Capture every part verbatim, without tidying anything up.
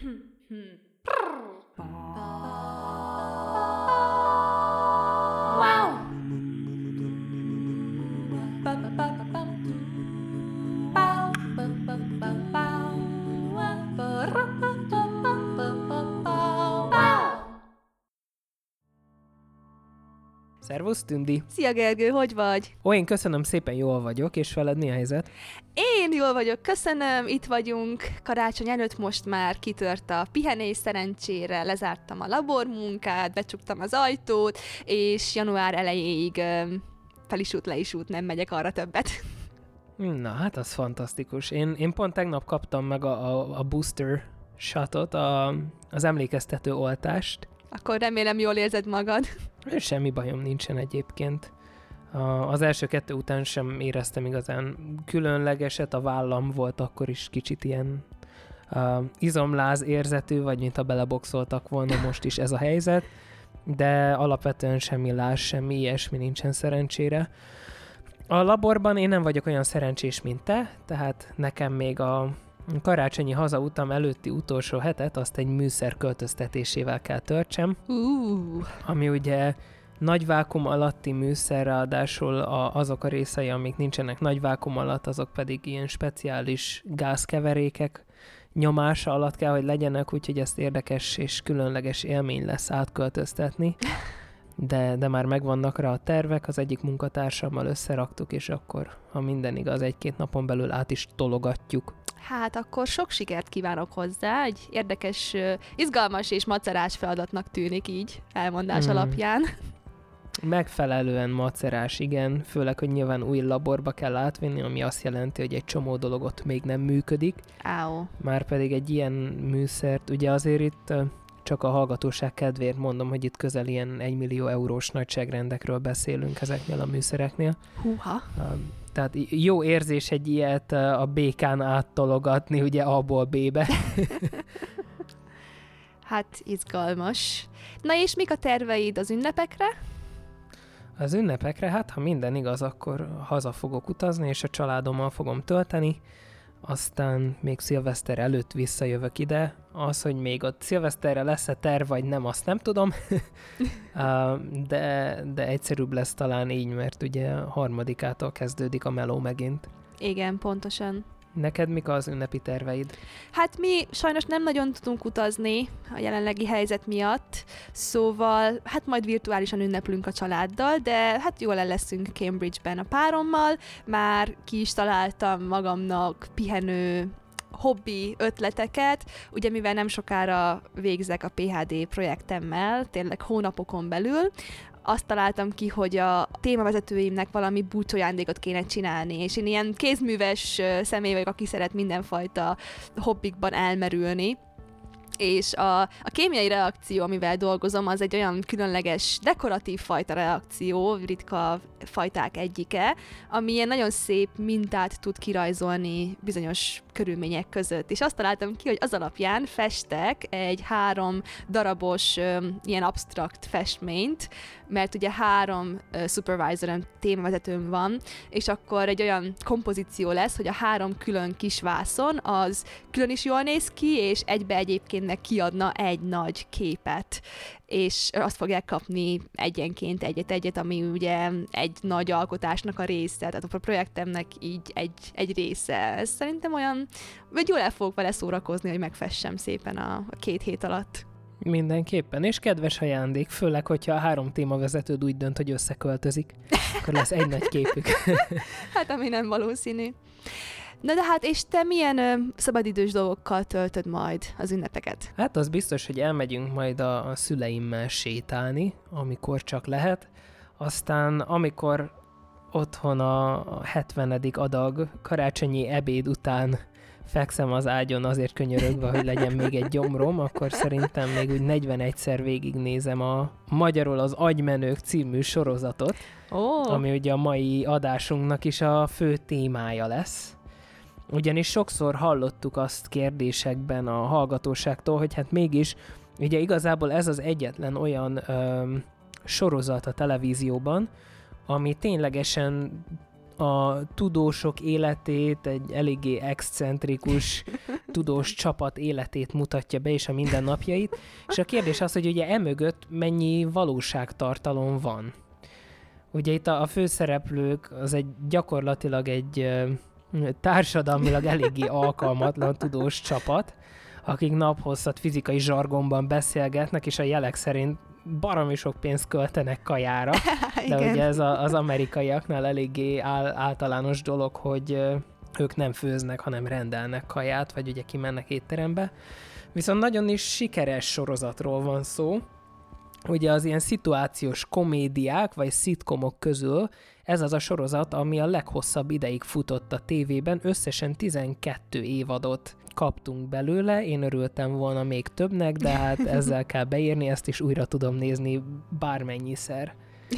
Szervusz, Tündi! Szia, Gergő, hogy vagy? Ó, én köszönöm szépen, jól vagyok, és veled mi a helyzet? Én jól vagyok, köszönöm, itt vagyunk. Karácsony előtt most már kitört a pihenés, szerencsére lezártam a labormunkát, becsuktam az ajtót, és január elejéig um, fel is út, le is út, nem megyek arra többet. Na, hát az fantasztikus. Én, én pont tegnap kaptam meg a, a, a booster shotot, a, az emlékeztető oltást. Akkor remélem jól érzed magad. Semmi bajom nincsen egyébként. Az első kettő után sem éreztem igazán különlegeset, a vállam volt akkor is kicsit ilyen uh, izomláz érzetű, vagy mint ha beleboxoltak volna, most is ez a helyzet, de alapvetően semmi láz, semmi ilyesmi nincsen szerencsére. A laborban én nem vagyok olyan szerencsés, mint te, tehát nekem még a karácsonyi hazautam előtti utolsó hetet azt egy műszer költöztetésével kell töltsem, uh. ami ugye nagy vákum alatti műszer, ráadásul a, azok a részei, amik nincsenek nagy vákum alatt, azok pedig ilyen speciális gázkeverékek nyomása alatt kell, hogy legyenek, úgyhogy ezt érdekes és különleges élmény lesz átköltöztetni. De, de már megvannak rá a tervek, az egyik munkatársammal összeraktuk, és akkor, ha minden igaz, egy-két napon belül át is tologatjuk. Hát akkor sok sikert kívánok hozzá, egy érdekes, izgalmas és macerás feladatnak tűnik így, elmondás hmm. alapján. Megfelelően macerás, igen, főleg, hogy nyilván új laborba kell átvinni, ami azt jelenti, hogy egy csomó dolog ott még nem működik. Áó. Márpedig egy ilyen műszert, ugye azért itt csak a hallgatóság kedvéért mondom, hogy itt közel ilyen egymillió eurós nagyságrendekről beszélünk ezeknél a műszereknél. Húha. Tehát jó érzés egy ilyet a békán áttologatni, ugye A-ból B-be. Hát izgalmas. Na és mik a terveid az ünnepekre? Az ünnepekre, hát ha minden igaz, akkor haza fogok utazni, és a családommal fogom tölteni. Aztán még szilveszter előtt visszajövök ide. Az, hogy még ott szilveszterre lesz-e terv, vagy nem, azt nem tudom. de, de egyszerűbb lesz talán így, mert ugye harmadikától kezdődik a meló megint. Igen, pontosan. Neked mik az ünnepi terveid? Hát mi sajnos nem nagyon tudunk utazni a jelenlegi helyzet miatt, szóval hát majd virtuálisan ünneplünk a családdal, de hát jól el leszünk Cambridge-ben a párommal, már ki is találtam magamnak pihenő hobbi ötleteket, ugye mivel nem sokára végzek a pé há dé projektemmel, tényleg hónapokon belül, azt találtam ki, hogy a témavezetőimnek valami búcsúajándékot kéne csinálni, és én ilyen kézműves személy vagyok, aki szeret mindenfajta hobbikban elmerülni, és a, a kémiai reakció, amivel dolgozom, az egy olyan különleges, dekoratív fajta reakció, ritka fajták egyike, ami ilyen nagyon szép mintát tud kirajzolni bizonyos körülmények között. És azt találtam ki, hogy az alapján festek egy három darabos öm, ilyen absztrakt festményt, mert ugye három uh, supervisorom, témavezetőm van, és akkor egy olyan kompozíció lesz, hogy a három külön kis vászon az külön is jól néz ki, és egybe egyébként meg kiadna egy nagy képet, és azt fogják kapni egyenként egyet-egyet, ami ugye egy nagy alkotásnak a része, tehát a projektemnek így egy, egy része. Ez szerintem olyan, vagy jól el fogok vele szórakozni, hogy megfessem szépen a, a két hét alatt. Mindenképpen, és kedves ajándék, főleg, hogyha a három témavezetőd úgy dönt, hogy összeköltözik, akkor lesz egy nagy képük. Hát, ami nem valószínű. Na de hát, és te milyen ö, szabadidős dolgokkal töltöd majd az ünnepeket? Hát az biztos, hogy elmegyünk majd a, a szüleimmel sétálni, amikor csak lehet. Aztán, amikor otthon a hetvenedik adag karácsonyi ebéd után fekszem az ágyon azért könyörögve, hogy legyen még egy gyomrom, akkor szerintem még úgy negyvenegyszer végignézem a Magyarul az Agymenők című sorozatot, oh. ami ugye a mai adásunknak is a fő témája lesz. Ugyanis sokszor hallottuk azt kérdésekben a hallgatóságtól, hogy hát mégis, ugye igazából ez az egyetlen olyan ö, sorozat a televízióban, ami ténylegesen a tudósok életét, egy eléggé excentrikus tudós csapat életét mutatja be, és a mindennapjait. És a kérdés az, hogy ugye emögött mennyi valóságtartalom van. Ugye itt a, a főszereplők az egy gyakorlatilag egy társadalmilag eléggé alkalmatlan tudós csapat, akik naphosszat fizikai zsargonban beszélgetnek, és a jelek szerint baromi sok pénzt költenek kajára. De ugye ez a, az amerikaiaknál eléggé áll, általános dolog, hogy ők nem főznek, hanem rendelnek kaját, vagy ugye kimennek étterembe. Viszont nagyon is sikeres sorozatról van szó. Ugye az ilyen szituációs komédiák, vagy szitkomok közül ez az a sorozat, ami a leghosszabb ideig futott a tévében, összesen tizenkét évadot kaptunk belőle, én örültem volna még többnek, de hát ezzel kell beírni, ezt is újra tudom nézni bármennyiszer.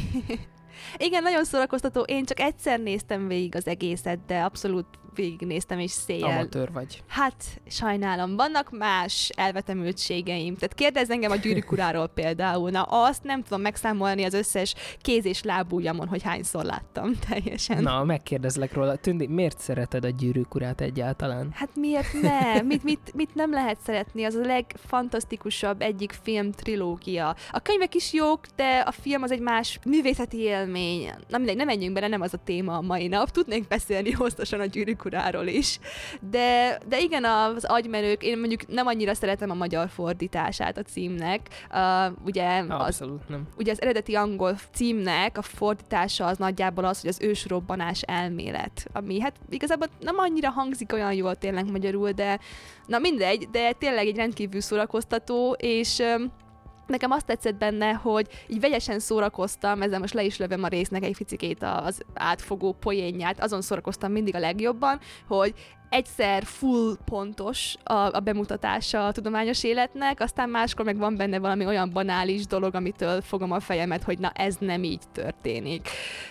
Igen, nagyon szórakoztató. Én csak egyszer néztem végig az egészet, de abszolút végignéztem, és széjjel. Amatőr vagy. Hát, sajnálom. Vannak más elvetemültségeim. Tehát kérdezz engem a Gyűrűk uráról például. Na, azt nem tudom megszámolni az összes kéz- és lábujjamon, hogy hányszor láttam teljesen. Na, megkérdezlek róla. Tündi, miért szereted a Gyűrűk urát egyáltalán? Hát miért ne? Mit, mit, mit nem lehet szeretni? Az a legfantasztikusabb egyik film trilógia. A könyvek is jók, de a film az egy más művészeti élmény. Na mindegy, nem menjünk bele, nem az a téma a mai nap. Tudnék beszélni hosszasan a Gyűrűk uráról is. De, de igen, az agymenők, én mondjuk nem annyira szeretem a magyar fordítását a címnek. Uh, ugye, Abszolút az, nem. ugye az eredeti angol címnek a fordítása az nagyjából az, hogy az ősrobbanás elmélet. Ami hát igazából nem annyira hangzik olyan jól tényleg magyarul, de na mindegy, de tényleg egy rendkívül szórakoztató, és um, nekem azt tetszett benne, hogy így vegyesen szórakoztam, ezzel most le is lövöm a résznek egy picikét az átfogó poénját, azon szórakoztam mindig a legjobban, hogy egyszer full pontos a, a bemutatása a tudományos életnek, aztán máskor meg van benne valami olyan banális dolog, amitől fogom a fejemet, hogy na ez nem így történik.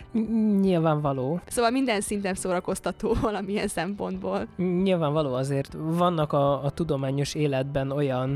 Nyilvánvaló. Szóval minden szinten szórakoztató valamilyen szempontból. Nyilvánvaló, azért vannak a, a tudományos életben olyan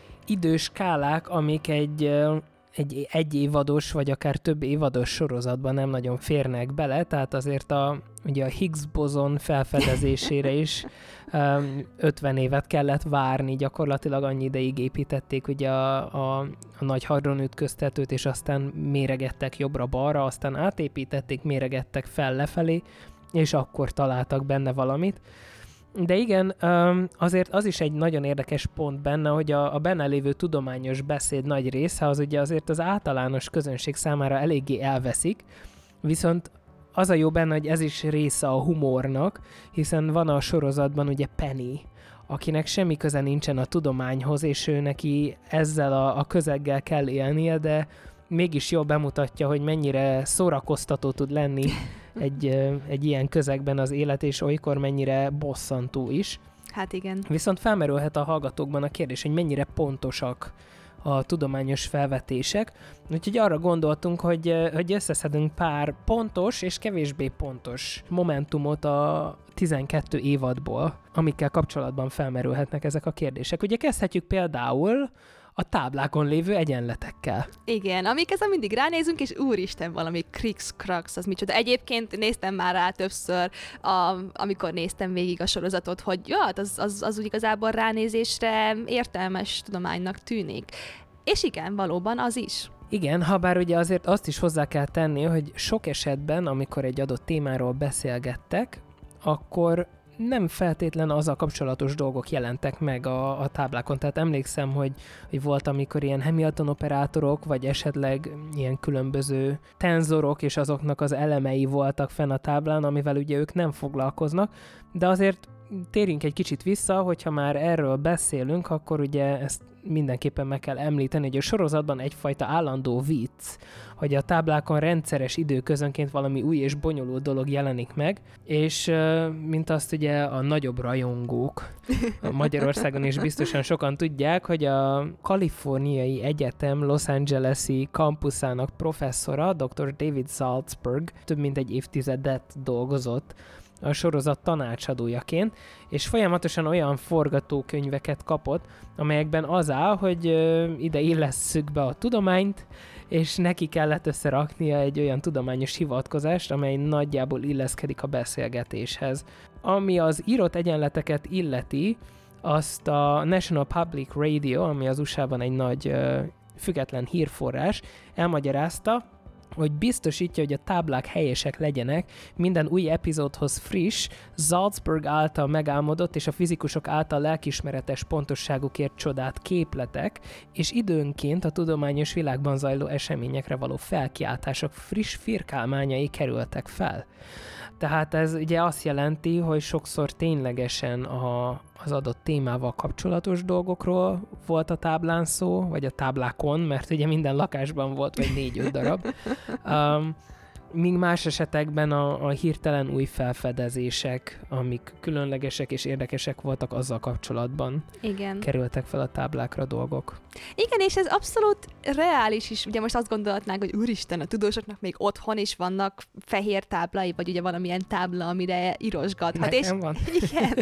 időskálák, amik egy, egy egy évados, vagy akár több évados sorozatban nem nagyon férnek bele, tehát azért a, ugye a Higgs bozon felfedezésére is um, ötven évet kellett várni, gyakorlatilag annyi ideig építették ugye a, a, a nagy hadronütköztetőt, és aztán méregettek jobbra-balra, aztán átépítették, méregettek fel-lefelé, és akkor találtak benne valamit. De igen, azért az is egy nagyon érdekes pont benne, hogy a, a benne lévő tudományos beszéd nagy része az ugye azért az általános közönség számára eléggé elveszik, viszont az a jó benne, hogy ez is része a humornak, hiszen van a sorozatban ugye Penny, akinek semmi köze nincsen a tudományhoz, és ő neki ezzel a, a közeggel kell élnie, de mégis jól bemutatja, hogy mennyire szórakoztató tud lenni egy, egy ilyen közegben az élet, és olykor mennyire bosszantó is. Hát igen. Viszont felmerülhet a hallgatókban a kérdés, hogy mennyire pontosak a tudományos felvetések. Úgyhogy arra gondoltunk, hogy, hogy összeszedünk pár pontos és kevésbé pontos momentumot a tizenkét évadból, amikkel kapcsolatban felmerülhetnek ezek a kérdések. Ugye kezdhetjük például a táblákon lévő egyenletekkel. Igen, amikhez mindig ránézünk, és úristen, valami krix-krax, az micsoda. Egyébként néztem már rá többször, a, amikor néztem végig a sorozatot, hogy ja, az, az, az úgy igazából ránézésre értelmes tudománynak tűnik. És igen, valóban az is. Igen, habár ugye azért azt is hozzá kell tenni, hogy sok esetben, amikor egy adott témáról beszélgettek, akkor nem feltétlen azzal kapcsolatos dolgok jelentek meg a, a táblákon. Tehát emlékszem, hogy, hogy volt, amikor ilyen Hamilton operátorok, vagy esetleg ilyen különböző tenzorok, és azoknak az elemei voltak fenn a táblán, amivel ugye ők nem foglalkoznak, de azért térjünk egy kicsit vissza, hogyha már erről beszélünk, akkor ugye ezt mindenképpen meg kell említeni, hogy a sorozatban egyfajta állandó vicc, hogy a táblákon rendszeres időközönként valami új és bonyolult dolog jelenik meg, és mint azt ugye a nagyobb rajongók a Magyarországon is biztosan sokan tudják, hogy a Kaliforniai Egyetem Los Angeles-i kampuszának professzora, doktor David Salzberg több mint egy évtizedet dolgozott a sorozat tanácsadójaként, és folyamatosan olyan forgatókönyveket kapott, amelyekben az áll, hogy ö, ide illesszük be a tudományt, és neki kellett összeraknia egy olyan tudományos hivatkozást, amely nagyjából illeszkedik a beszélgetéshez. Ami az írott egyenleteket illeti, azt a National Public Radio, ami az u es á-ban egy nagy ö, független hírforrás, elmagyarázta, hogy biztosítja, hogy a táblák helyesek legyenek, minden új epizódhoz friss, Salzburg által megálmodott és a fizikusok által lelkiismeretes pontosságukért csodált képletek, és időnként a tudományos világban zajló eseményekre való felkiáltások friss firkálmányai kerültek fel. Tehát ez ugye azt jelenti, hogy sokszor ténylegesen a, az adott témával kapcsolatos dolgokról volt a táblán szó, vagy a táblákon, mert ugye minden lakásban volt, vagy négy-öt darab. Um, míg más esetekben a, a hirtelen új felfedezések, amik különlegesek és érdekesek voltak, azzal kapcsolatban Igen. kerültek fel a táblákra dolgok. Igen, és ez abszolút reális is. Ugye most azt gondolhatnánk, hogy úristen, a tudósoknak még otthon is vannak fehér táblái, vagy ugye valamilyen tábla, amire írosgathat. Nekem és van. Igen.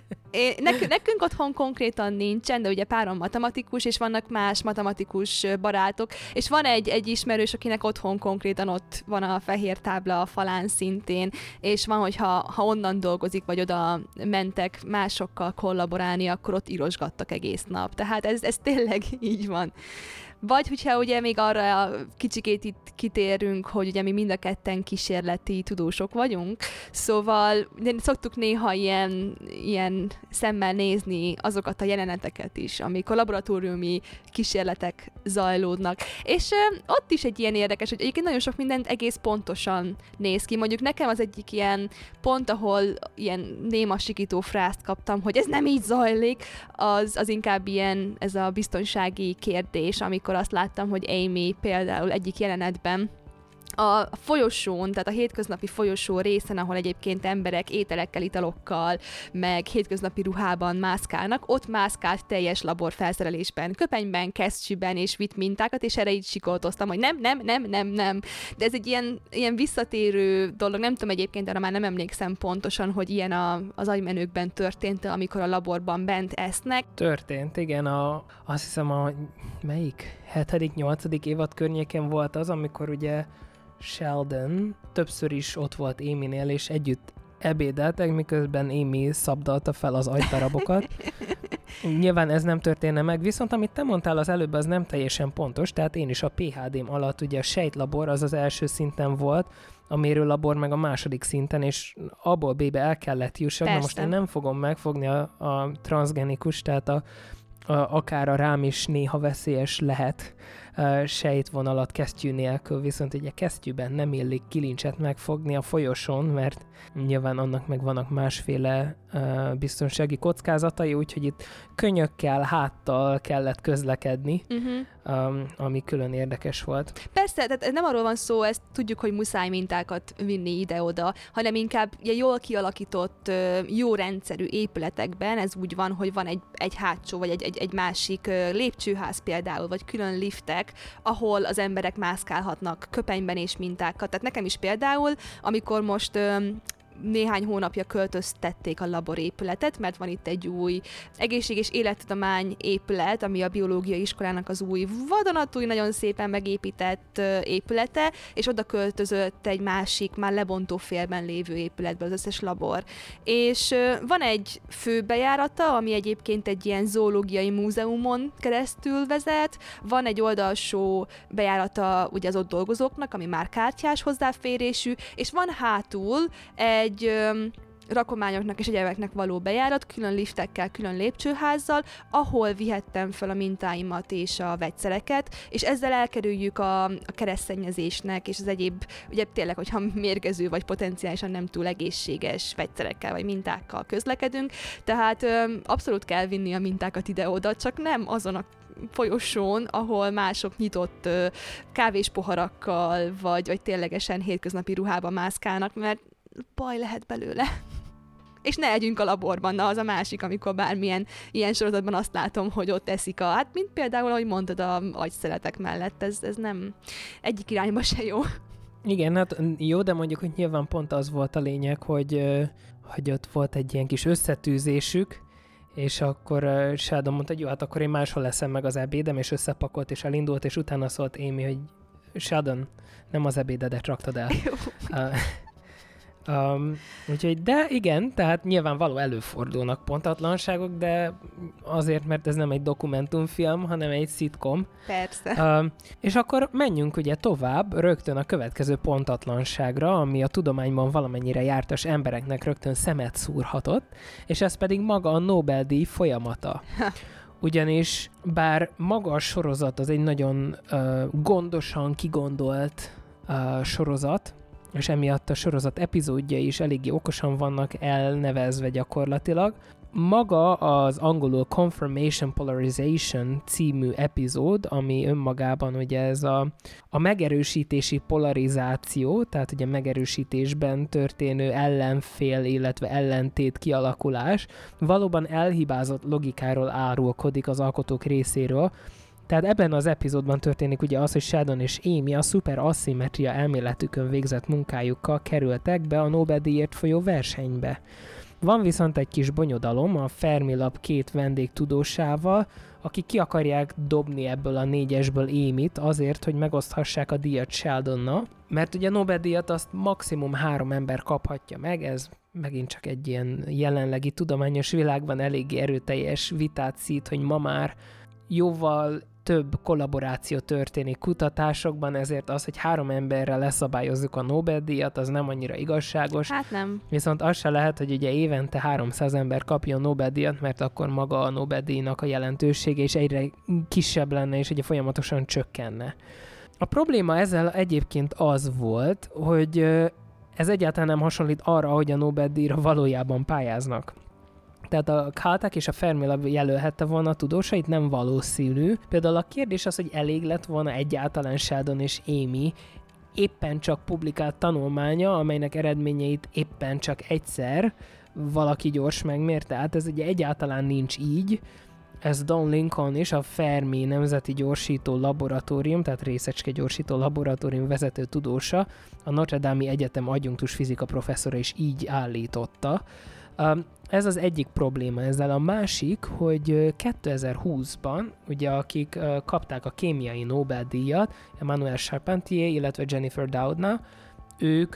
É, nekünk, nekünk otthon konkrétan nincsen, de ugye párom matematikus, és vannak más matematikus barátok, és van egy, egy ismerős, akinek otthon konkrétan ott van a fehér tábla a falán szintén, és van, hogyha ha onnan dolgozik, vagy oda mentek másokkal kollaborálni, akkor ott írosgattak egész nap. Tehát ez, ez tényleg így van. Vagy hogyha ugye még arra a kicsikét itt kitérünk, hogy ugye mi mind a ketten kísérleti tudósok vagyunk, szóval szoktuk néha ilyen, ilyen szemmel nézni azokat a jeleneteket is, amikor laboratóriumi kísérletek zajlódnak. És ö, ott is egy ilyen érdekes, hogy egyébként nagyon sok mindent egész pontosan néz ki. Mondjuk nekem az egyik ilyen pont, ahol ilyen néma sikító frázt kaptam, hogy ez nem így zajlik, az, az inkább ilyen ez a biztonsági kérdés, amikor akkor azt láttam, hogy Amy például egyik jelenetben a folyosón, tehát a hétköznapi folyosó részen, ahol egyébként emberek ételekkel, italokkal, meg hétköznapi ruhában mászkálnak, ott mászkált teljes laborfelszerelésben, köpenyben, kesztyűben és vitt mintákat, és erre így sikoltoztam, hogy nem, nem, nem, nem, nem. De ez egy ilyen, ilyen visszatérő dolog, nem tudom egyébként, arra már nem emlékszem pontosan, hogy ilyen a, az agymenőkben történt, amikor a laborban bent esznek. Történt, igen, a, azt hiszem a melyik hetedik, nyolcadik évad környéken volt az, amikor ugye Sheldon többször is ott volt Amy-nél, és együtt ebédeltek, miközben Amy szabdalta fel az agydarabokat. Nyilván ez nem történne meg, viszont amit te mondtál az előbb, az nem teljesen pontos, tehát én is a pé há dém alatt, ugye a sejtlabor az az első szinten volt, a mérőlabor meg a második szinten, és abból B-be el kellett jussak. Na most én nem fogom megfogni a, a transzgenikus, tehát a, a, akár a rám is néha veszélyes lehet uh, sejtvonalat kesztyű nélkül, viszont ugye kesztyűben nem illik kilincset megfogni a folyosón, mert nyilván annak meg vannak másféle uh, biztonsági kockázatai, úgyhogy itt könyökkel, háttal kellett közlekedni, uh-huh. um, ami külön érdekes volt. Persze, tehát nem arról van szó, ezt tudjuk, hogy muszáj mintákat vinni ide-oda, hanem inkább ugye, jól kialakított, jó rendszerű épületekben ez úgy van, hogy van egy, egy hátsó, vagy egy, egy, egy másik lépcsőház például, vagy külön liftek, ahol az emberek mászkálhatnak köpenyben és mintákat. Tehát nekem is például, amikor most néhány hónapja költöztették a laborépületet, mert van itt egy új egészség- és élettudomány épület, ami a biológiai iskolának az új vadonatúj, nagyon szépen megépített épülete, és oda költözött egy másik, már lebontó félben lévő épületbe az összes labor. És van egy főbejárata, ami egyébként egy ilyen zoológiai múzeumon keresztül vezet, van egy oldalsó bejárata ugye az ott dolgozóknak, ami már kártyás hozzáférésű, és van hátul egy egy ö, rakományoknak és egyebeknek való bejárat, külön liftekkel, külön lépcsőházzal, ahol vihettem fel a mintáimat és a vegyszereket, és ezzel elkerüljük a, a keresztszennyezésnek és az egyéb, ugye tényleg, hogyha mérgező vagy potenciálisan nem túl egészséges vegyszerekkel vagy mintákkal közlekedünk, tehát ö, abszolút kell vinni a mintákat ide-oda, csak nem azon a folyosón, ahol mások nyitott ö, kávéspoharakkal, vagy, vagy ténylegesen hétköznapi ruhában mászkálnak, mert baj lehet belőle. És ne együnk a laborban, na az a másik, amikor bármilyen ilyen sorozatban azt látom, hogy ott eszik a, hát mint például, ahogy mondtad, a agyszeletek mellett, ez, ez nem egyik irányba se jó. Igen, hát jó, de mondjuk, hogy nyilván pont az volt a lényeg, hogy, hogy ott volt egy ilyen kis összetűzésük, és akkor uh, Sheldon mondta, hogy jó, hát akkor én máshol leszem meg az ebédem, és összepakolt, és elindult, és utána szólt Amy, hogy Sheldon, nem az ebédedet raktad el. uh, um, úgyhogy, de igen, tehát nyilvánvaló előfordulnak pontatlanságok, de azért, mert ez nem egy dokumentumfilm, hanem egy szitkom. Persze. Uh, és akkor menjünk ugye tovább rögtön a következő pontatlanságra, ami a tudományban valamennyire jártas embereknek rögtön szemet szúrhatott, és ez pedig maga a Nobel-díj folyamata. Ugyanis bár maga a sorozat az egy nagyon uh, gondosan kigondolt uh, sorozat, és emiatt a sorozat epizódjai is eléggé okosan vannak elnevezve gyakorlatilag, maga az angolul Confirmation Polarization című epizód, ami önmagában ugye ez a, a megerősítési polarizáció, tehát ugye megerősítésben történő ellenfél, illetve ellentét kialakulás, valóban elhibázott logikáról árulkodik az alkotók részéről. Tehát ebben az epizódban történik ugye az, hogy Sheldon és Amy a szuper asszimetria elméletükön végzett munkájukkal kerültek be a Nobel-díjért folyó versenybe. Van viszont egy kis bonyodalom a Fermilab két vendégtudósával, akik ki akarják dobni ebből a négyesből Amy-t azért, hogy megoszthassák a díjat Sheldonnal, mert ugye a Nobel-díjat azt maximum három ember kaphatja meg, ez megint csak egy ilyen jelenlegi tudományos világban eléggé erőteljes vitát szít, hogy ma már jóval több kollaboráció történik kutatásokban, ezért az, hogy három emberrel leszabályozzuk a Nobel-díjat, az nem annyira igazságos. Hát nem. Viszont az se lehet, hogy ugye évente háromszáz ember kapja a Nobel-díjat, mert akkor maga a Nobel-díjnak a jelentősége is egyre kisebb lenne, és ugye folyamatosan csökkenne. A probléma ezzel egyébként az volt, hogy ez egyáltalán nem hasonlít arra, hogy a Nobel-díjra valójában pályáznak. Tehát a Caltech és a Fermilab jelölhette volna a tudósait, nem valószínű. Például a kérdés az, hogy elég lett volna egyáltalán Sheldon és Amy éppen csak publikált tanulmánya, amelynek eredményeit éppen csak egyszer valaki gyors megmérte. Tehát ez ugye egyáltalán nincs így. Ez Don Lincoln és a Fermi Nemzeti Gyorsító Laboratórium, tehát részecske gyorsító laboratórium vezető tudósa, a Notre Dame-i Egyetem adjunktus fizika professzora is így állította. Ez az egyik probléma ezzel. A másik, hogy kétezer-húszban, ugye akik kapták a kémiai Nobel-díjat, Emmanuelle Charpentier, illetve Jennifer Doudna, ők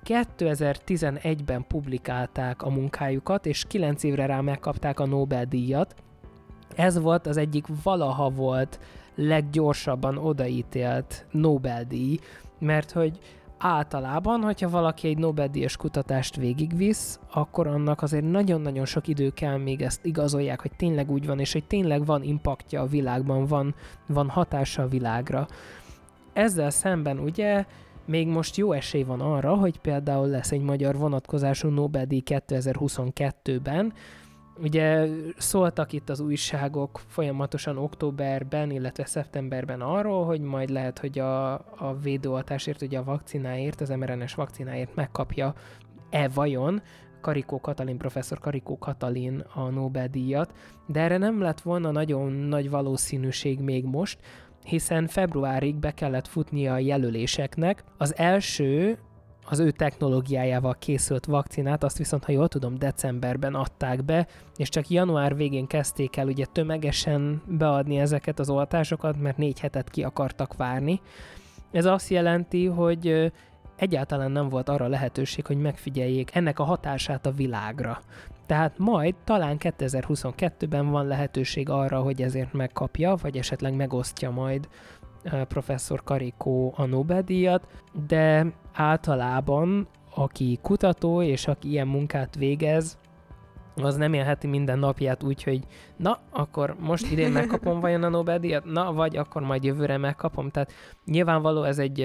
kétezer-tizenegyben publikálták a munkájukat, és kilenc évre rá megkapták a Nobel-díjat. Ez volt az egyik valaha volt leggyorsabban odaítélt Nobel-díj, mert hogy általában, hogyha valaki egy Nobel-díjas kutatást végigvisz, akkor annak azért nagyon-nagyon sok idő kell, még ezt igazolják, hogy tényleg úgy van, és hogy tényleg van impaktja a világban, van, van hatása a világra. Ezzel szemben ugye még most jó esély van arra, hogy például lesz egy magyar vonatkozású Nobel-díj kétezer-huszonkettőben. Ugye szóltak itt az újságok folyamatosan októberben, illetve szeptemberben arról, hogy majd lehet, hogy a, a védőoltásért, ugye a vakcináért, az em er en es vakcináért megkapja-e vajon Karikó Katalin, professzor Karikó Katalin a Nobel-díjat, de erre nem lett volna nagyon nagy valószínűség még most, hiszen februárig be kellett futnia a jelöléseknek. Az első az ő technológiájával készült vakcinát, azt viszont, ha jól tudom, decemberben adták be, és csak január végén kezdték el ugye tömegesen beadni ezeket az oltásokat, mert négy hetet ki akartak várni. Ez azt jelenti, hogy egyáltalán nem volt arra lehetőség, hogy megfigyeljék ennek a hatását a világra. Tehát majd talán kétezer-huszonkettőben van lehetőség arra, hogy ezért megkapja, vagy esetleg megosztja majd professzor Karikó a Nobel-díjat, de általában aki kutató és aki ilyen munkát végez, az nem élheti minden napját úgy, hogy na, akkor most idén megkapom vajon a Nobel-díjat, na, vagy akkor majd jövőre megkapom. Tehát nyilvánvaló ez egy,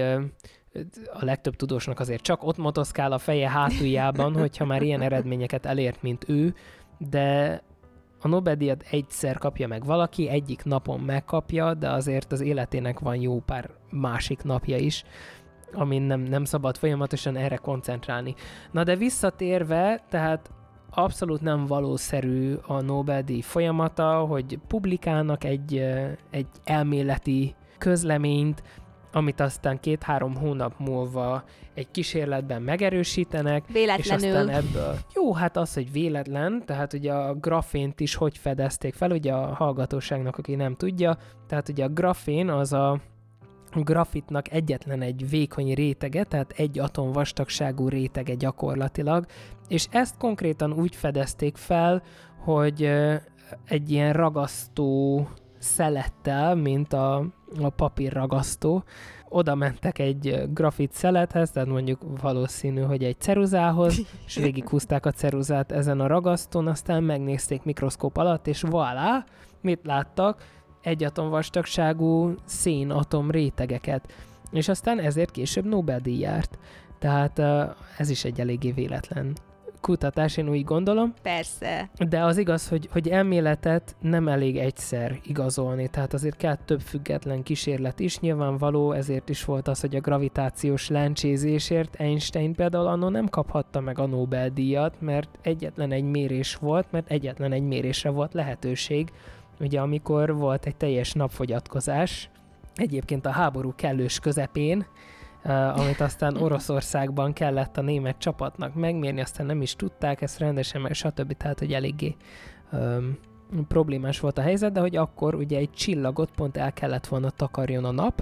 a legtöbb tudósnak azért csak ott motoszkál a feje hátuljában, hogyha már ilyen eredményeket elért, mint ő, de a Nobel-díjat egyszer kapja meg valaki, egyik napon megkapja, de azért az életének van jó pár másik napja is, amin nem, nem szabad folyamatosan erre koncentrálni. Na de visszatérve, tehát abszolút nem valószerű a Nobel-díj folyamata, hogy publikálnak egy, egy elméleti közleményt, amit aztán két-három hónap múlva egy kísérletben megerősítenek, véletlenül. és aztán ebből... Jó, hát az, hogy véletlen, tehát ugye a grafént is hogy fedezték fel, ugye a hallgatóságnak, aki nem tudja, tehát ugye a grafén az a grafitnak egyetlen egy vékony rétege, tehát egy atom vastagságú rétege gyakorlatilag, és ezt konkrétan úgy fedezték fel, hogy egy ilyen ragasztó szelettel, mint a, a papírragasztó, oda mentek egy grafit szelethez, tehát mondjuk valószínű, hogy egy ceruzához, és végighúzták a ceruzát ezen a ragasztón, aztán megnézték mikroszkóp alatt, és voilà, mit láttak? Egy atom vastagságú szénatom rétegeket. És aztán ezért később Nobel-díj járt. Tehát ez is egy eléggé véletlen kutatás, én úgy gondolom. Persze. De az igaz, hogy, hogy elméletet nem elég egyszer igazolni, tehát azért kell több független kísérlet is, nyilvánvaló, ezért is volt az, hogy a gravitációs lencsézésért Einstein például anno nem kaphatta meg a Nobel-díjat, mert egyetlen egy mérés volt, mert egyetlen egy mérésre volt lehetőség, ugye amikor volt egy teljes napfogyatkozás, egyébként a háború kellős közepén, Uh, amit aztán Oroszországban kellett a német csapatnak megmérni, aztán nem is tudták ezt rendesen, meg stb. Tehát, hogy eléggé um, problémás volt a helyzet, de hogy akkor ugye egy csillagot pont el kellett volna takarjon a nap,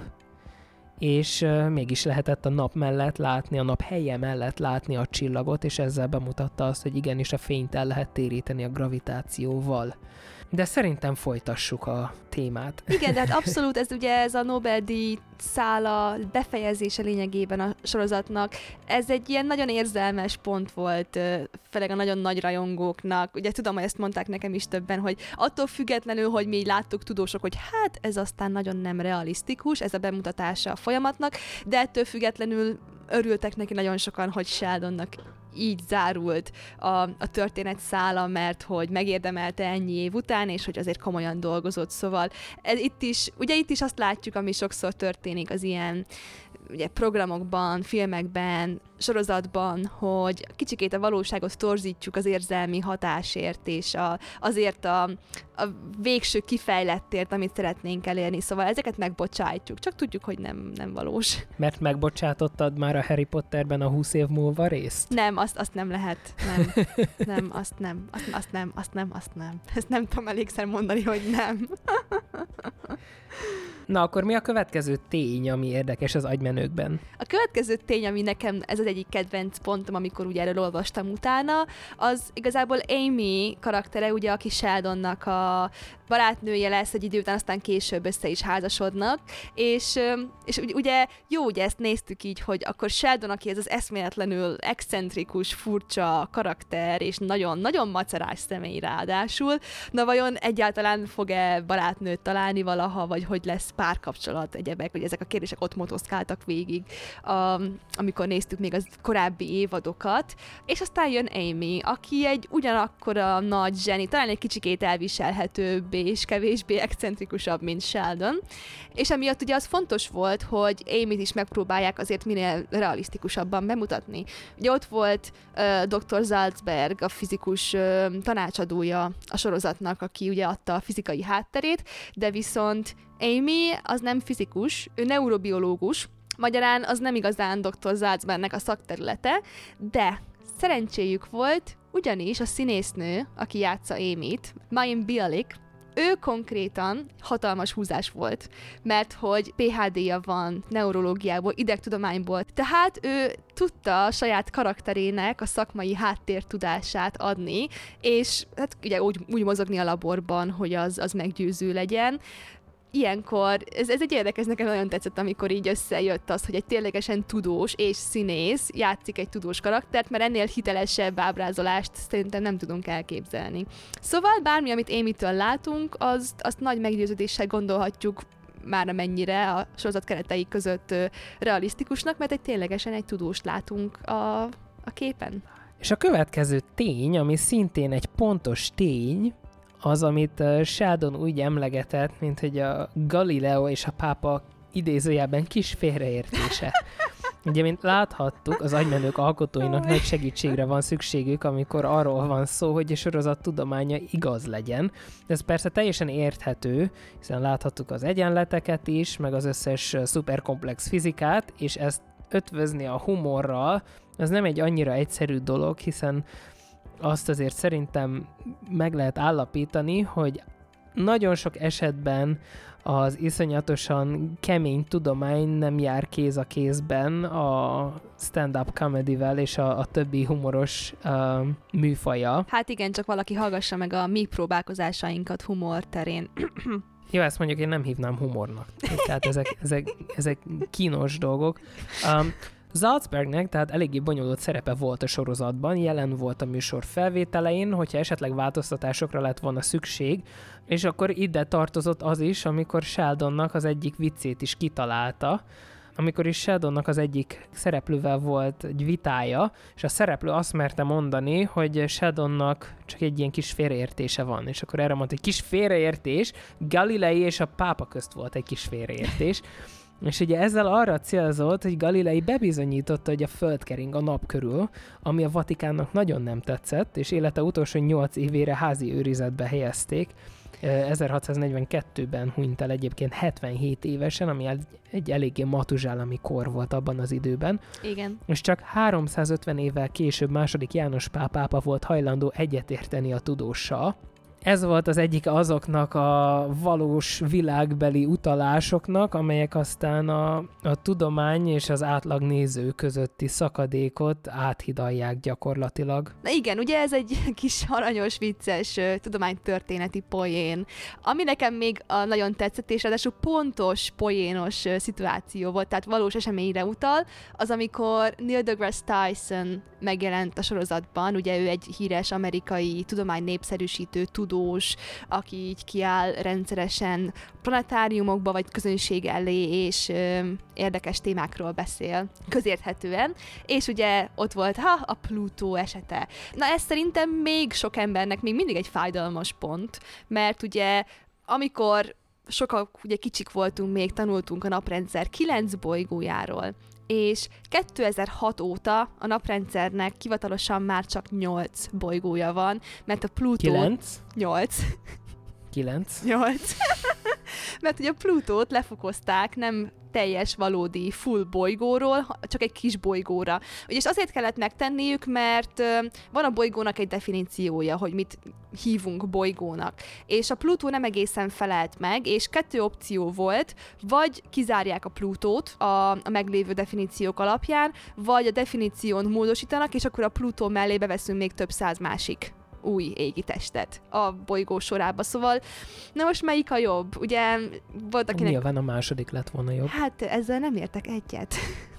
és uh, mégis lehetett a nap mellett látni, a nap helye mellett látni a csillagot, és ezzel bemutatta azt, hogy igenis a fényt el lehet téríteni a gravitációval. De szerintem folytassuk a témát. Igen, de hát abszolút ez ugye ez a Nobel-díj szála befejezése lényegében a sorozatnak. Ez egy ilyen nagyon érzelmes pont volt, főleg a nagyon nagy rajongóknak. Ugye tudom, hogy ezt mondták nekem is többen, hogy attól függetlenül, hogy mi így láttuk tudósok, hogy hát ez aztán nagyon nem realisztikus, ez a bemutatása a folyamatnak, de ettől függetlenül örültek neki nagyon sokan, hogy Sheldonnak így zárult a, a történet szála, mert hogy megérdemelte ennyi év után, és hogy azért komolyan dolgozott, szóval ez itt is, ugye itt is azt látjuk, ami sokszor történik az ilyen ugye, programokban, filmekben, sorozatban, hogy kicsikét a valóságot torzítjuk az érzelmi hatásért, és a, azért a, a végső kifejlettért, amit szeretnénk elérni. Szóval ezeket megbocsájtjuk, csak tudjuk, hogy nem, nem valós. Mert megbocsátottad már a Harry Potterben a húsz év múlva részt? Nem, azt, azt nem lehet. Nem, nem, azt nem, azt, azt nem, azt nem, azt nem. Ezt nem tudom elégszer mondani, hogy nem. Na, akkor mi a következő tény, ami érdekes az agymenőkben? A következő tény, ami nekem ez az egyik kedvenc pontom, amikor ugye erről olvastam utána, az igazából Amy karaktere, ugye, aki Sheldonnak a barátnője lesz egy idő után, aztán később össze is házasodnak, és, és ugye jó, ugye ezt néztük így, hogy akkor Sheldon, aki ez az eszméletlenül excentrikus, furcsa karakter, és nagyon-nagyon macerás személy ráadásul, na vajon egyáltalán fog-e barátnőt találni valaha, vagy hogy lesz párkapcsolat, egyebek, hogy ezek a kérdések ott motoszkáltak végig, um, amikor néztük még az korábbi évadokat, és aztán jön Amy, aki egy ugyanakkora nagy zseni, talán egy kicsikét elviselhetőbb és kevésbé excentrikusabb, mint Sheldon, és emiatt ugye az fontos volt, hogy Amy-t is megpróbálják azért minél realisztikusabban bemutatni. Ugye ott volt uh, doktor Salzberg, a fizikus uh, tanácsadója a sorozatnak, aki ugye adta a fizikai hátterét, de viszont Amy az nem fizikus, ő neurobiológus, magyarán az nem igazán doktor Salzbergnek a szakterülete, de szerencséjük volt, ugyanis a színésznő, aki játsza Amy-t, Mayim Bialik, ő konkrétan hatalmas húzás volt, mert hogy pé há dé-ja van neurológiából, idegtudományból, tehát ő tudta a saját karakterének a szakmai háttértudását adni, és hát ugye úgy, úgy mozogni a laborban, hogy az, az meggyőző legyen. Ilyenkor, ez, ez egy érdekes, nekem nagyon tetszett, amikor így összejött az, hogy egy ténylegesen tudós és színész játszik egy tudós karaktert, mert ennél hitelesebb ábrázolást szerintem nem tudunk elképzelni. Szóval bármi, amit Amy-től látunk, azt, azt nagy meggyőződéssel gondolhatjuk már amennyire a sorozat keretei között realisztikusnak, mert egy ténylegesen egy tudóst látunk a, a képen. És a következő tény, ami szintén egy pontos tény, az, amit Sheldon úgy emlegetett, mint hogy a Galileo és a pápa idézőjelben kis félreértése. Ugye, mint láthattuk, az agymenők alkotóinak nagy segítségre van szükségük, amikor arról van szó, hogy a sorozat tudománya igaz legyen. Ez persze teljesen érthető, hiszen láthattuk az egyenleteket is, meg az összes szuperkomplex fizikát, és ezt ötvözni a humorral, az nem egy annyira egyszerű dolog, hiszen azt azért szerintem meg lehet állapítani, hogy nagyon sok esetben az iszonyatosan kemény tudomány nem jár kéz a kézben a stand-up comedyvel és a, a többi humoros uh, műfaja. Hát igen, csak valaki hallgassa meg a mi próbálkozásainkat humor terén. Jó, ezt mondjuk én nem hívnám humornak. Tehát ezek, ezek, ezek kínos dolgok. Um, Salzbergnek tehát eléggé bonyolult szerepe volt a sorozatban, jelen volt a műsor felvételein, hogyha esetleg változtatásokra lett volna szükség, és akkor ide tartozott az is, amikor Sheldonnak az egyik viccét is kitalálta, amikor is Sheldonnak az egyik szereplővel volt egy vitája, és a szereplő azt merte mondani, hogy Sheldonnak csak egy ilyen kis félreértése van, és akkor erre mondta, hogy kis félreértés, Galilei és a pápa közt volt egy kis félreértés, és ugye ezzel arra célzott, hogy Galilei bebizonyította, hogy a Föld kering a nap körül, ami a Vatikánnak nagyon nem tetszett, és élete utolsó nyolc évére házi őrizetbe helyezték. ezerhatszáznegyvenkettőben hunyt el egyébként hetvenhét évesen, ami egy eléggé matuzsálami kor volt abban az időben. Igen. És csak háromszázötven évvel később második János Pál pápa volt hajlandó egyetérteni a tudóssal. Ez volt az egyik azoknak a valós világbeli utalásoknak, amelyek aztán a, a tudomány és az átlag néző közötti szakadékot áthidalják gyakorlatilag. Na igen, ugye ez egy kis aranyos, vicces uh, tudománytörténeti poén, ami nekem még a nagyon tetszett, és ráadásul pontos, poénos uh, szituáció volt, tehát valós eseményre utal, az amikor Neil deGrasse Tyson megjelent a sorozatban, ugye ő egy híres amerikai tudomány népszerűsítő tudós, aki így kiáll rendszeresen planetáriumokba vagy közönség elé, és ö, érdekes témákról beszél közérthetően, és ugye ott volt ha, a Plutó esete. Na ez szerintem még sok embernek még mindig egy fájdalmas pont, mert ugye amikor sokak ugye kicsik voltunk, még tanultunk a naprendszer kilenc bolygójáról, és kétezer-hat óta a naprendszernek hivatalosan már csak nyolc bolygója van, mert a Plutó... kilenc? nyolc. kilenc? nyolc. Mert ugye a Plutót lefokozták, nem teljes, valódi full bolygóról, csak egy kis bolygóra. És azért kellett megtenniük, mert van a bolygónak egy definíciója, hogy mit hívunk bolygónak. És a Plutó nem egészen felelt meg, és kettő opció volt, vagy kizárják a Plutót a, a meglévő definíciók alapján, vagy a definíción módosítanak, és akkor a Plutó mellé beveszünk még több száz másik új égitestet a bolygó sorába. Szóval, na most melyik a jobb? Ugye volt akinek... Nyilván a második lett volna jobb. Hát ezzel nem értek egyet.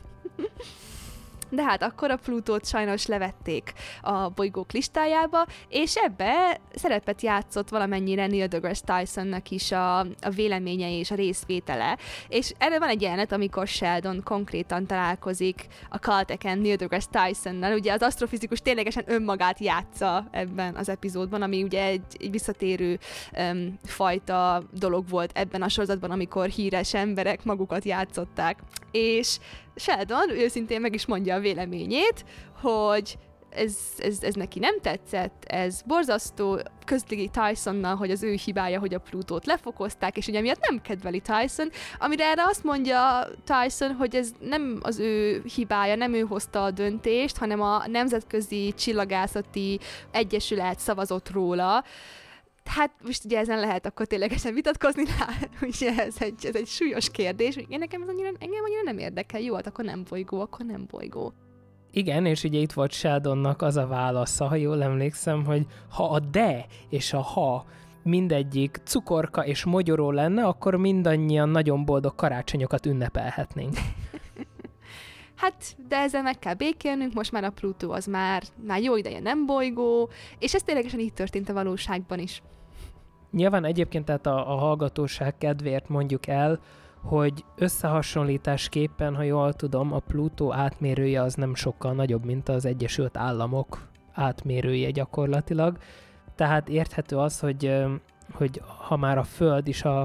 De hát akkor a Plutót sajnos levették a bolygók listájába, és ebbe szerepet játszott valamennyire Neil deGrasse Tysonnak is a, a véleménye és a részvétele. És erre van egy jelenet, amikor Sheldon konkrétan találkozik a Caltech-en Neil deGrasse Tysonnal. Ugye az asztrofizikus ténylegesen önmagát játsza ebben az epizódban, ami ugye egy, egy visszatérő um, fajta dolog volt ebben a sorozatban, amikor híres emberek magukat játszották. És Sheldon őszintén meg is mondja a véleményét, hogy ez, ez, ez neki nem tetszett, ez borzasztó, közli Tysonnal, hogy az ő hibája, hogy a Plutót lefokozták, és ugye miatt nem kedveli Tyson, amire erre azt mondja Tyson, hogy ez nem az ő hibája, nem ő hozta a döntést, hanem a Nemzetközi Csillagászati Egyesület szavazott róla. Hát most ugye ezen lehet akkor ténylegesen vitatkozni, ugye ez egy, ez egy súlyos kérdés, én nekem ez annyira, engem annyira nem érdekel, jó, hát akkor nem bolygó, akkor nem bolygó. Igen, és ugye itt volt Sheldonnak az a válasza, ha jól emlékszem, hogy ha a de és a ha mindegyik cukorka és mogyoró lenne, akkor mindannyian nagyon boldog karácsonyokat ünnepelhetnénk. Hát, de ezzel meg kell békélnünk, most már a Plutó az már, már jó ideje nem bolygó, és ez ténylegesen így történt a valóságban is. Nyilván egyébként tehát a, a hallgatóság kedvéért mondjuk el, hogy összehasonlításképpen, ha jól tudom, a Plutó átmérője az nem sokkal nagyobb, mint az Egyesült Államok átmérője gyakorlatilag. Tehát érthető az, hogy, hogy ha már a Föld is a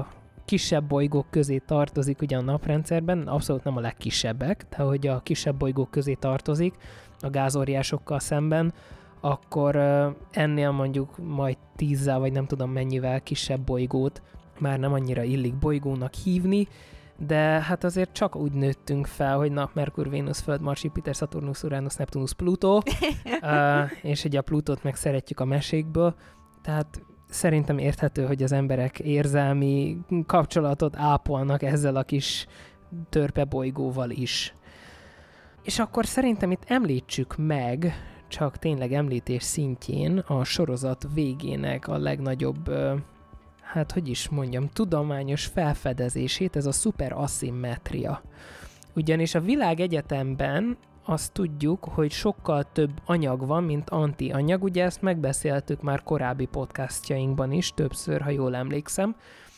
kisebb bolygók közé tartozik ugye a naprendszerben, abszolút nem a legkisebbek, de hogy a kisebb bolygók közé tartozik a gázóriásokkal szemben, akkor ennél mondjuk majd tízzel, vagy nem tudom mennyivel kisebb bolygót már nem annyira illik bolygónak hívni, de hát azért csak úgy nőttünk fel, hogy Nap, Merkur, Vénusz, Föld, Mars, Jupiter, Saturnus, Uranus, Neptunus, Plutó, uh, és ugye a Plutót meg szeretjük a mesékből, tehát szerintem érthető, hogy az emberek érzelmi kapcsolatot ápolnak ezzel a kis törpe bolygóval is. És akkor szerintem itt említsük meg, csak tényleg említés szintjén a sorozat végének a legnagyobb, hát hogy is mondjam, tudományos felfedezését, ez a szuperaszimmetria. Ugyanis a világegyetemben azt tudjuk, hogy sokkal több anyag van, mint antianyag. Ugye ezt megbeszéltük már korábbi podcastjainkban is, többször, ha jól emlékszem.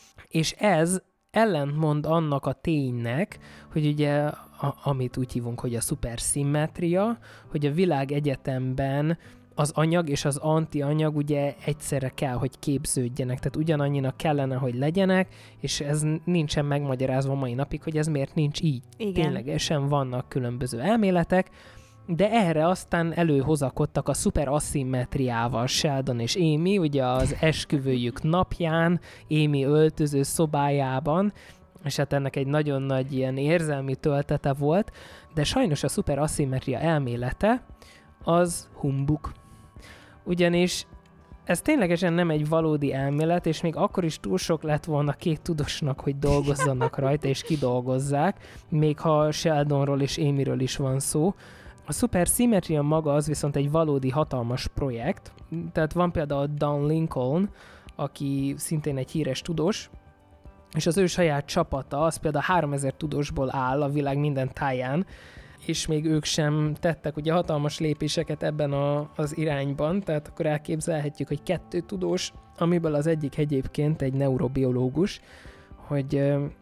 És ez ellentmond annak a ténynek, hogy ugye, a, amit úgy hívunk, hogy a szuperszimmetria, hogy a világegyetemben az anyag és az antianyag ugye egyszerre kell, hogy képződjenek, tehát ugyanannyinak kellene, hogy legyenek, és ez nincsen megmagyarázva mai napig, hogy ez miért nincs így. Igen. Ténylegesen vannak különböző elméletek, de erre aztán előhozakodtak a szuperaszimmetriával Sheldon és Amy, ugye az esküvőjük napján, Amy öltöző szobájában, és hát ennek egy nagyon nagy ilyen érzelmi töltete volt, de sajnos a szuperaszimmetria elmélete az humbuk. Ugyanis ez ténylegesen nem egy valódi elmélet, és még akkor is túl sok lett volna két tudósnak, hogy dolgozzanak rajta, és kidolgozzák, még ha Sheldonról és Amyről is van szó. A szuperszimmetria maga az viszont egy valódi hatalmas projekt, tehát van például Don Lincoln, aki szintén egy híres tudós, és az ő saját csapata, az például háromezer tudósból áll a világ minden táján, és még ők sem tettek ugye hatalmas lépéseket ebben a, az irányban, tehát akkor elképzelhetjük, hogy kettő tudós, amiből az egyik egyébként egy neurobiológus, hogy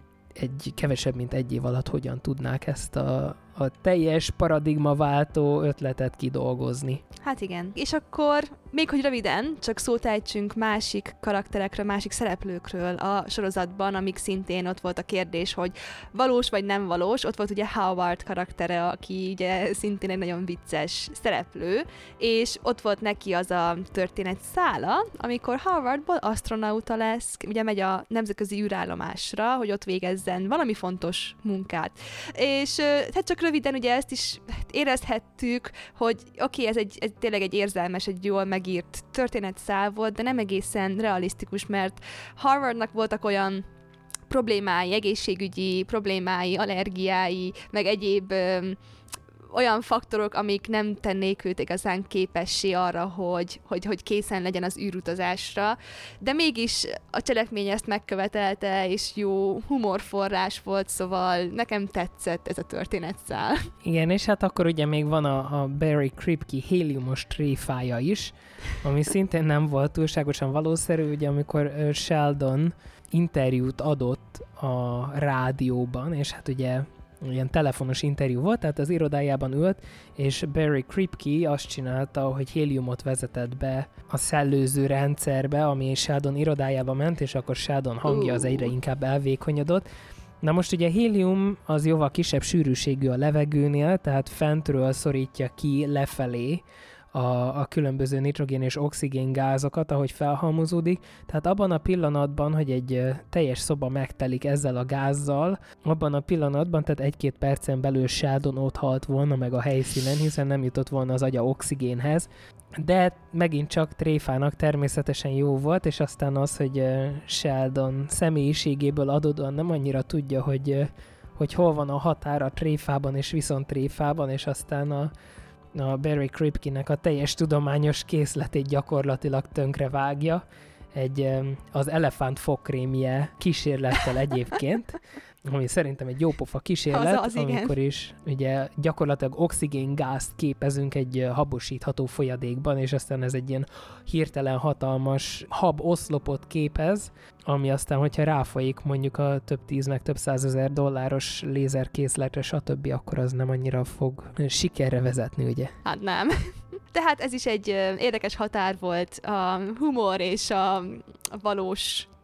egy kevesebb, mint egy év alatt hogyan tudnák ezt a, a teljes paradigmaváltó ötletet kidolgozni. Hát igen. És akkor még hogy röviden, csak szót ejtsünk másik karakterekről, másik szereplőkről a sorozatban, amik szintén ott volt a kérdés, hogy valós vagy nem valós. Ott volt ugye Howard karaktere, aki ugye szintén egy nagyon vicces szereplő, és ott volt neki az a történet szála, amikor Howardból asztronauta lesz, ugye megy a nemzetközi űrállomásra, hogy ott végezzen valami fontos munkát. És hát csak röviden ugye ezt is érezhettük, hogy oké, okay, ez egy ez tényleg egy érzelmes, egy jól megírt történetszál volt, de nem egészen realisztikus, mert Harvardnak voltak olyan problémái, egészségügyi problémái, allergiái, meg egyéb ö, olyan faktorok, amik nem tennék őt igazán képessé arra, hogy, hogy, hogy készen legyen az űrutazásra, de mégis a cselekmény ezt megkövetelte, és jó humorforrás volt, szóval nekem tetszett ez a történetszál. Igen, és hát akkor ugye még van a, a Barry Kripke héliumos tréfája is, ami szintén nem volt túlságosan valószerű, ugye amikor Sheldon interjút adott a rádióban, és hát ugye ilyen telefonos interjú volt, tehát az irodájában ült, és Barry Kripke azt csinálta, hogy héliumot vezetett be a szellőző rendszerbe, ami Sheldon irodájába ment, és akkor Sheldon hangja az egyre inkább elvékonyodott. Na most ugye hélium az jóval kisebb sűrűségű a levegőnél, tehát fentről szorítja ki lefelé a, a különböző nitrogén és oxigén gázokat, ahogy felhalmozódik. Tehát abban a pillanatban, hogy egy teljes szoba megtelik ezzel a gázzal, abban a pillanatban, tehát egy-két percen belül Sheldon ott halt volna meg a helyszínen, hiszen nem jutott volna az agya oxigénhez. De megint csak tréfának természetesen jó volt, és aztán az, hogy Sheldon személyiségéből adódóan nem annyira tudja, hogy, hogy hol van a határ a tréfában és viszont tréfában, és aztán a a Barry Kripke-nek a teljes tudományos készletét gyakorlatilag tönkre vágja, egy az elefánt fogkrémje kísérlettel egyébként, ami szerintem egy jópofa kísérlet, az az, amikor is ugye gyakorlatilag oxigéngázt képezünk egy habosítható folyadékban, és aztán ez egy ilyen hirtelen hatalmas hab oszlopot képez, ami aztán, hogyha ráfolyik mondjuk a több tíz meg több százezer dolláros lézerkészletre, stb., akkor az nem annyira fog sikerre vezetni, ugye? Hát nem. Tehát ez is egy érdekes határ volt a humor és a valós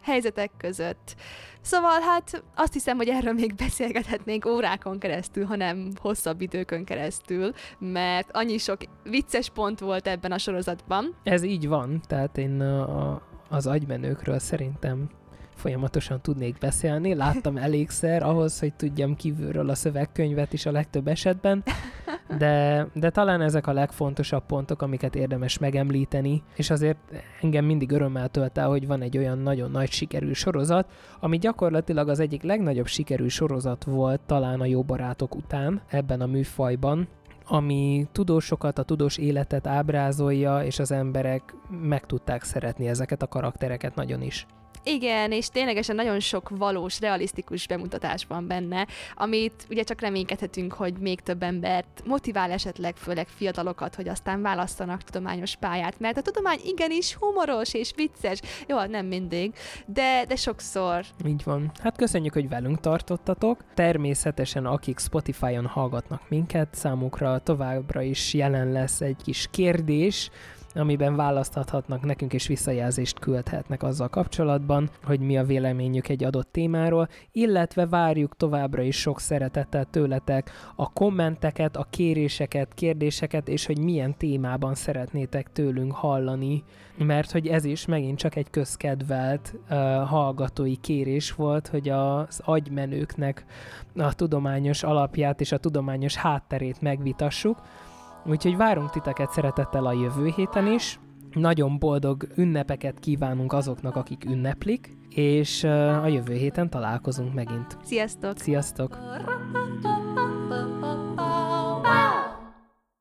helyzetek között. Szóval hát azt hiszem, hogy erről még beszélgethetnénk órákon keresztül, hanem hosszabb időkön keresztül, mert annyi sok vicces pont volt ebben a sorozatban. Ez így van, tehát én a, az agymenőkről szerintem folyamatosan tudnék beszélni. Láttam elégszer ahhoz, hogy tudjam kívülről a szövegkönyvet is a legtöbb esetben, de, de talán ezek a legfontosabb pontok, amiket érdemes megemlíteni, és azért engem mindig örömmel tölt el, hogy van egy olyan nagyon nagy sikerű sorozat, ami gyakorlatilag az egyik legnagyobb sikerű sorozat volt talán a Jó barátok után ebben a műfajban, ami tudósokat, a tudós életet ábrázolja, és az emberek meg tudták szeretni ezeket a karaktereket nagyon is. Igen, és ténylegesen nagyon sok valós, realisztikus bemutatás van benne, amit ugye csak reménykedhetünk, hogy még több embert motivál esetleg, főleg fiatalokat, hogy aztán válasszanak tudományos pályát, mert a tudomány igenis humoros és vicces, jó, nem mindig, de, de sokszor. Így van. Hát köszönjük, hogy velünk tartottatok. Természetesen akik Spotify-on hallgatnak minket, számukra továbbra is jelen lesz egy kis kérdés, amiben választhatnak nekünk és visszajelzést küldhetnek azzal kapcsolatban, hogy mi a véleményük egy adott témáról, illetve várjuk továbbra is sok szeretettel tőletek a kommenteket, a kéréseket, kérdéseket, és hogy milyen témában szeretnétek tőlünk hallani, mert hogy ez is megint csak egy közkedvelt uh, hallgatói kérés volt, hogy az agymenőknek a tudományos alapját és a tudományos hátterét megvitassuk. Úgyhogy várunk titeket szeretettel a jövő héten is. Nagyon boldog ünnepeket kívánunk azoknak, akik ünneplik, és a jövő héten találkozunk megint. Sziasztok! Sziasztok!